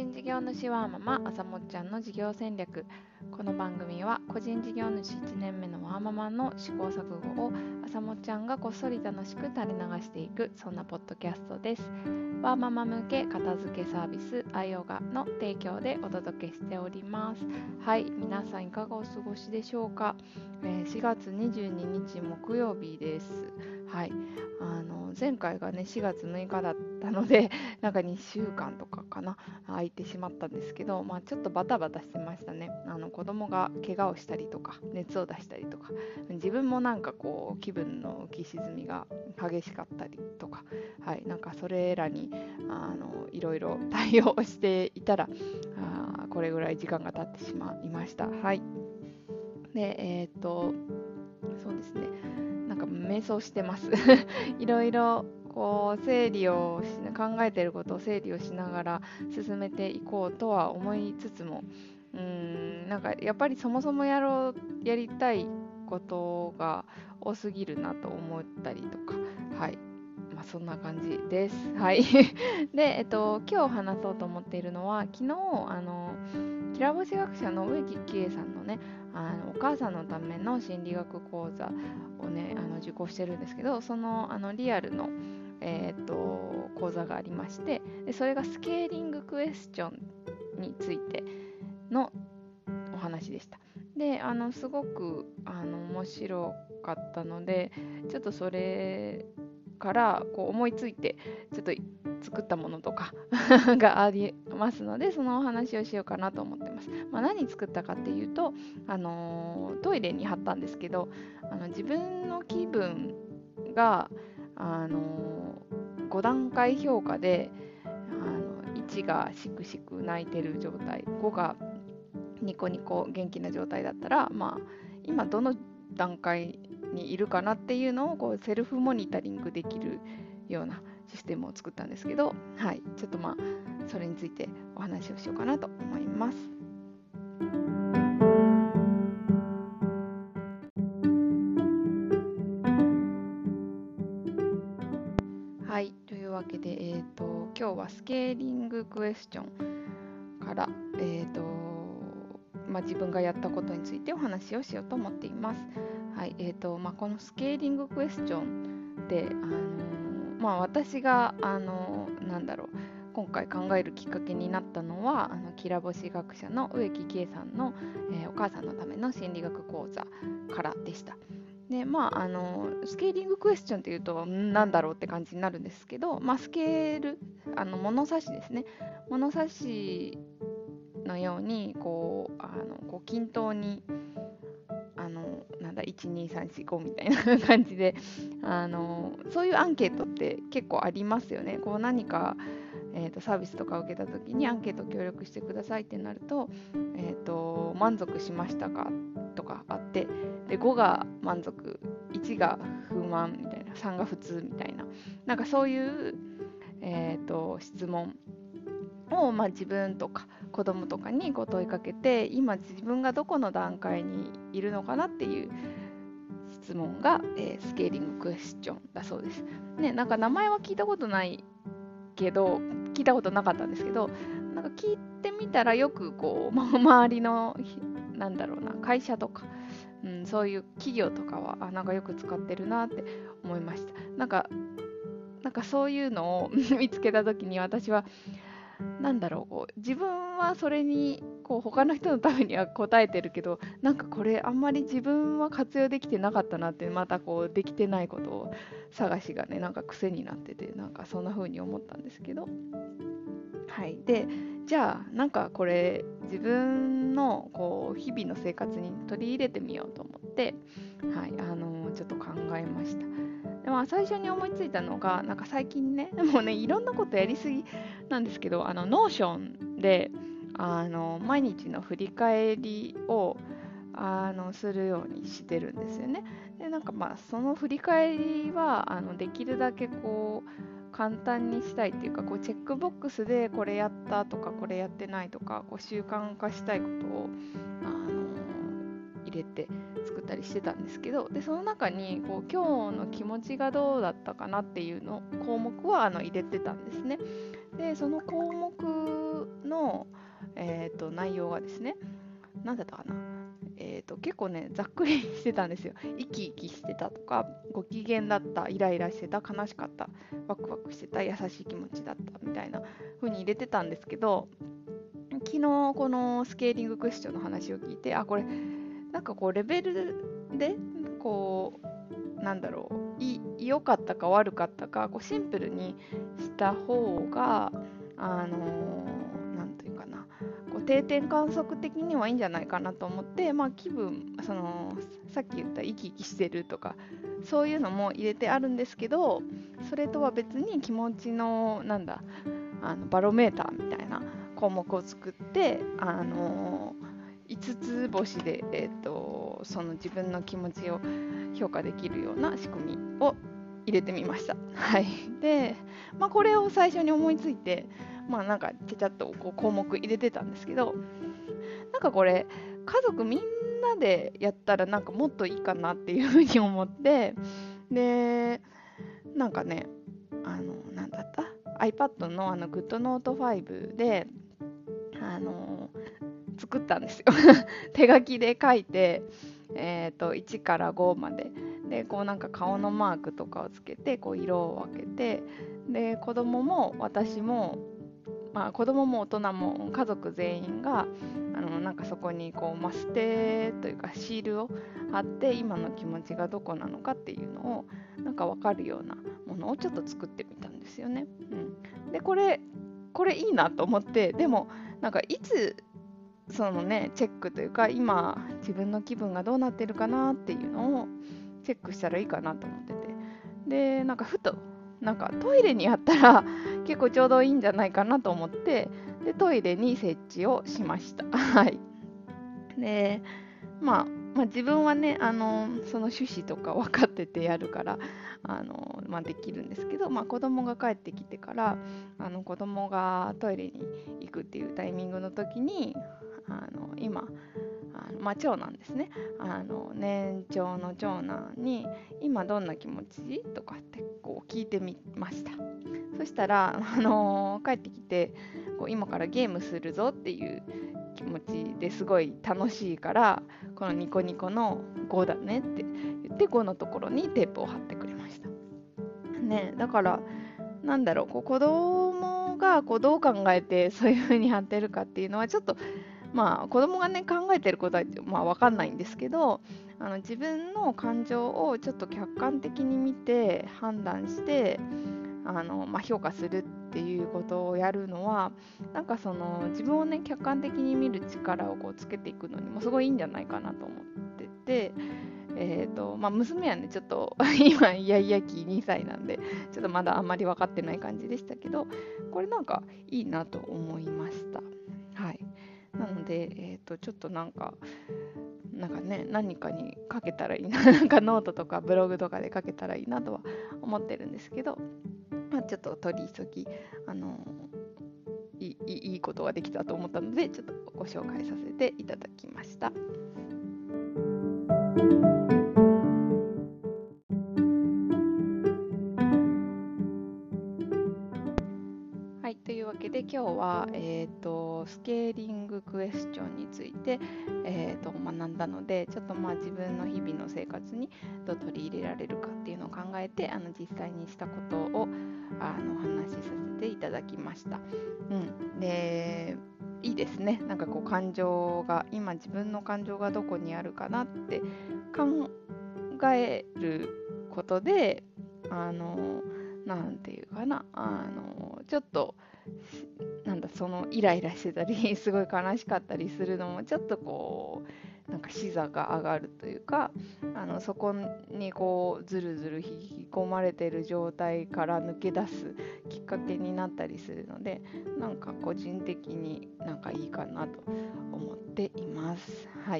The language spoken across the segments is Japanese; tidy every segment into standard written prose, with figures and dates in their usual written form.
人事業主ワーママあさもっちゃんの事業戦略。この番組は個人事業主1年目のワーママの試行錯誤をあさもっちゃんがこっそり楽しく垂れ流していく、そんなポッドキャストです。ワーママ向け片付けサービスアヨガの提供でお届けしております。はい、皆さんいかがお過ごしでしょうか。4月22日木曜日です。はい、前回がね4月6日だったのでなんか2週間とかかな空いてしまったんですけど、ちょっとバタバタしてましたね。子供が怪我をしたりとか熱を出したりとか、自分もなんかこう気分の浮き沈みが激しかったりとか、はい、なんかそれらにいろいろ対応していたらこれぐらい時間が経ってしまいました。はい。で、そうですね。なんか瞑想してます。いろいろこう整理を考えていることを整理をしながら進めていこうとは思いつつも、なんかやっぱりそもそもやりたいことが多すぎるなと思ったりとか、はい。そんな感じです。はい。で、今日話そうと思っているのは、昨日、きらぼし学者の植木喜恵さんのね、お母さんのための心理学講座をね、受講してるんですけど、その、リアルの、講座がありまして、でそれがスケーリングクエスチョンについてのお話でした。で、すごく面白かったので、ちょっとそれからこう思いついてちょっと作ったものとかがありますので、そのお話をしようかなと思ってます。何作ったかっていうと、トイレに貼ったんですけど、自分の気分が、5段階評価で1がしくしく泣いてる状態、5がニコニコ元気な状態だったら、今どの段階にいるかなっていうのをこうセルフモニタリングできるようなシステムを作ったんですけど、はい、ちょっとそれについてお話をしようかなと思います。はい、というわけで、今日はスケーリングクエスチョンから、自分がやったことについてお話をしようと思っています。はい、このスケーリングクエスチョンで、私が、今回考えるきっかけになったのは、きらぼし学者の植木喜恵さんの、お母さんのための心理学講座からでした。で、スケーリングクエスチョンっていうと、なんだろうって感じになるんですけど、スケール、物差しですね。物差しのように、こう均等に、12345みたいな感じで、そういうアンケートって結構ありますよね。こう何か、サービスとかを受けた時にアンケート協力してくださいってなると、満足しましたかとかあって、で5が満足、1が不満みたいな、3が普通みたいな、なんかそういう、質問を、自分とか子供とかにこう問いかけて、今自分がどこの段階にいるのかなっていう質問が、スケーリングクエスチョンだそうです。ね、なんか名前は聞いたことないけど、聞いたことなかったんですけど、なんか聞いてみたらよくこう、周りの会社とか、そういう企業とかはなんかよく使ってるなって思いました。なんかそういうのを見つけた時に私はこう自分はそれにこう他の人のためには答えてるけど、なんかこれあんまり自分は活用できてなかったなって、またこうできてないことを探しがね、なんか癖になってて、なんかそんな風に思ったんですけど、はい。で、じゃあなんかこれ自分のこう日々の生活に取り入れてみようと思って、はい、ちょっと考えました。で、最初に思いついたのが、なんか最近ね、もうね、いろんなことやりすぎなんですけど、ノーションで、毎日の振り返りを、するようにしてるんですよね。で、なんかその振り返りは、できるだけこう、簡単にしたいっていうか、こう、チェックボックスでこれやったとか、これやってないとか、こう、習慣化したいことを、 入れて作ったりしてたんですけど、でその中にこう今日の気持ちがどうだったかなっていうの項目は入れてたんですね。でその項目の、内容がですね、何だったかな、結構ねざっくりしてたんですよ。生き生きしてたとか、ご機嫌だった、イライラしてた、悲しかった、ワクワクしてた、優しい気持ちだったみたいな風に入れてたんですけど、昨日このスケーリングクエスチョンの話を聞いて、これなんかこうレベルでこうなんだろう、良かったか悪かったかこうシンプルにした方がなんというかな、こう定点観測的にはいいんじゃないかなと思って、気分さっき言った生き生きしてるとかそういうのも入れてあるんですけど、それとは別に気持ちのバロメーターみたいな項目を作って、5つ星で、その自分の気持ちを評価できるような仕組みを入れてみました。はい。で、これを最初に思いついて、なんかちゃちゃっとこう項目入れてたんですけど、なんかこれ家族みんなでやったらなんかもっといいかなっていうふうに思って、でなんかね、なんだった iPad のGoodNote 5で作ったんですよ。手書きで書いて、1から5まででこうなんか顔のマークとかをつけてこう色を分けて、で子供も私も、子供も大人も家族全員がなんかそこにこうマステというかシールを貼って、今の気持ちがどこなのかっていうのをなんか分かるようなものをちょっと作ってみたんですよね。でこれいいなと思って、でもなんかいつそのねチェックというか、今自分の気分がどうなってるかなっていうのをチェックしたらいいかなと思ってて、でなんかふとなんかトイレにあったら結構ちょうどいいんじゃないかなと思って、でトイレに設置をしました。はい。で自分はねその趣旨とか分かっててやるからできるんですけど、子供が帰ってきてから子供がトイレに行くっていうタイミングの時に今長男ですね、年長の長男に今どんな気持ちとかってこう聞いてみました。そしたら、帰ってきてこう今からゲームするぞっていう気持ちですごい楽しいから、このニコニコの5だねって言って5のところにテープを貼ってくれましたね。だからなんだろう、こう子供がこうどう考えてそういう風に貼ってるかっていうのはちょっと子供がね考えてることは分かんないんですけど、自分の感情をちょっと客観的に見て判断して評価するっていうことをやるのは、なんかその自分をね客観的に見る力をこうつけていくのにもすごいいいんじゃないかなと思ってて、娘はねちょっと今イヤイヤ期2歳なんでちょっとまだあんまり分かってない感じでしたけど、これなんかいいなと思いました。はい。なので、ちょっとなんかね、何かに書けたらいいな、なんかノートとかブログとかで書けたらいいなとは思ってるんですけど、ちょっと取り急ぎ、いいことができたと思ったので、ちょっとご紹介させていただきました。はい、というわけで今日は、スケーリングクエスチョンについて、学んだので、ちょっと自分の日々の生活にどう取り入れられるかっていうのを考えて実際にしたことをお話しさせていただきました。でいいですね。なんかこう感情が今自分の感情がどこにあるかなって考えることでなんていうかなちょっとそのイライラしてたりすごい悲しかったりするのもちょっとこうなんか視座が上がるというかそこにこうずるずる引き込まれている状態から抜け出すきっかけになったりするので、なんか個人的になんかいいかなと思っています。はい。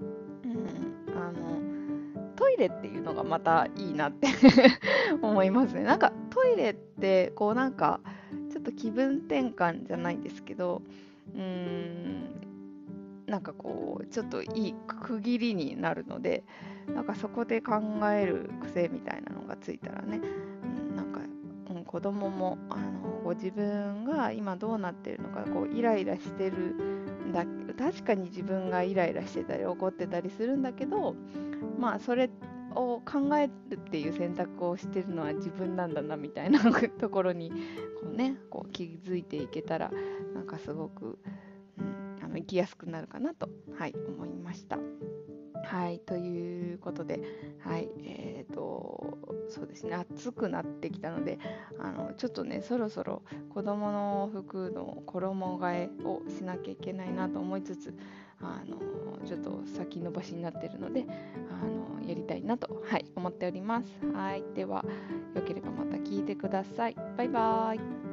トイレっていうのがまたいいなって思いますね。なんかトイレってこうなんかちょっと気分転換じゃないですけど、 なんかこうちょっといい区切りになるので、なんかそこで考える癖みたいなのがついたらね、なんか、子供もご自分が今どうなってるのか、こうイライラしてるんだ、確かに自分がイライラしてたり怒ってたりするんだけど、まあそれを考えるっていう選択をしてるのは自分なんだなみたいなところにこうね、こう気づいていけたら、なんかすごく、生きやすくなるかなと、はい、思いました。はい、ということで、はい、そうですね、暑くなってきたので、ちょっとね、そろそろ子供の服の衣替えをしなきゃいけないなと思いつつ、ちょっと先延ばしになっているので、やりたいなと、はい、思っております。はい、では、よければまた聞いてください。バイバーイ。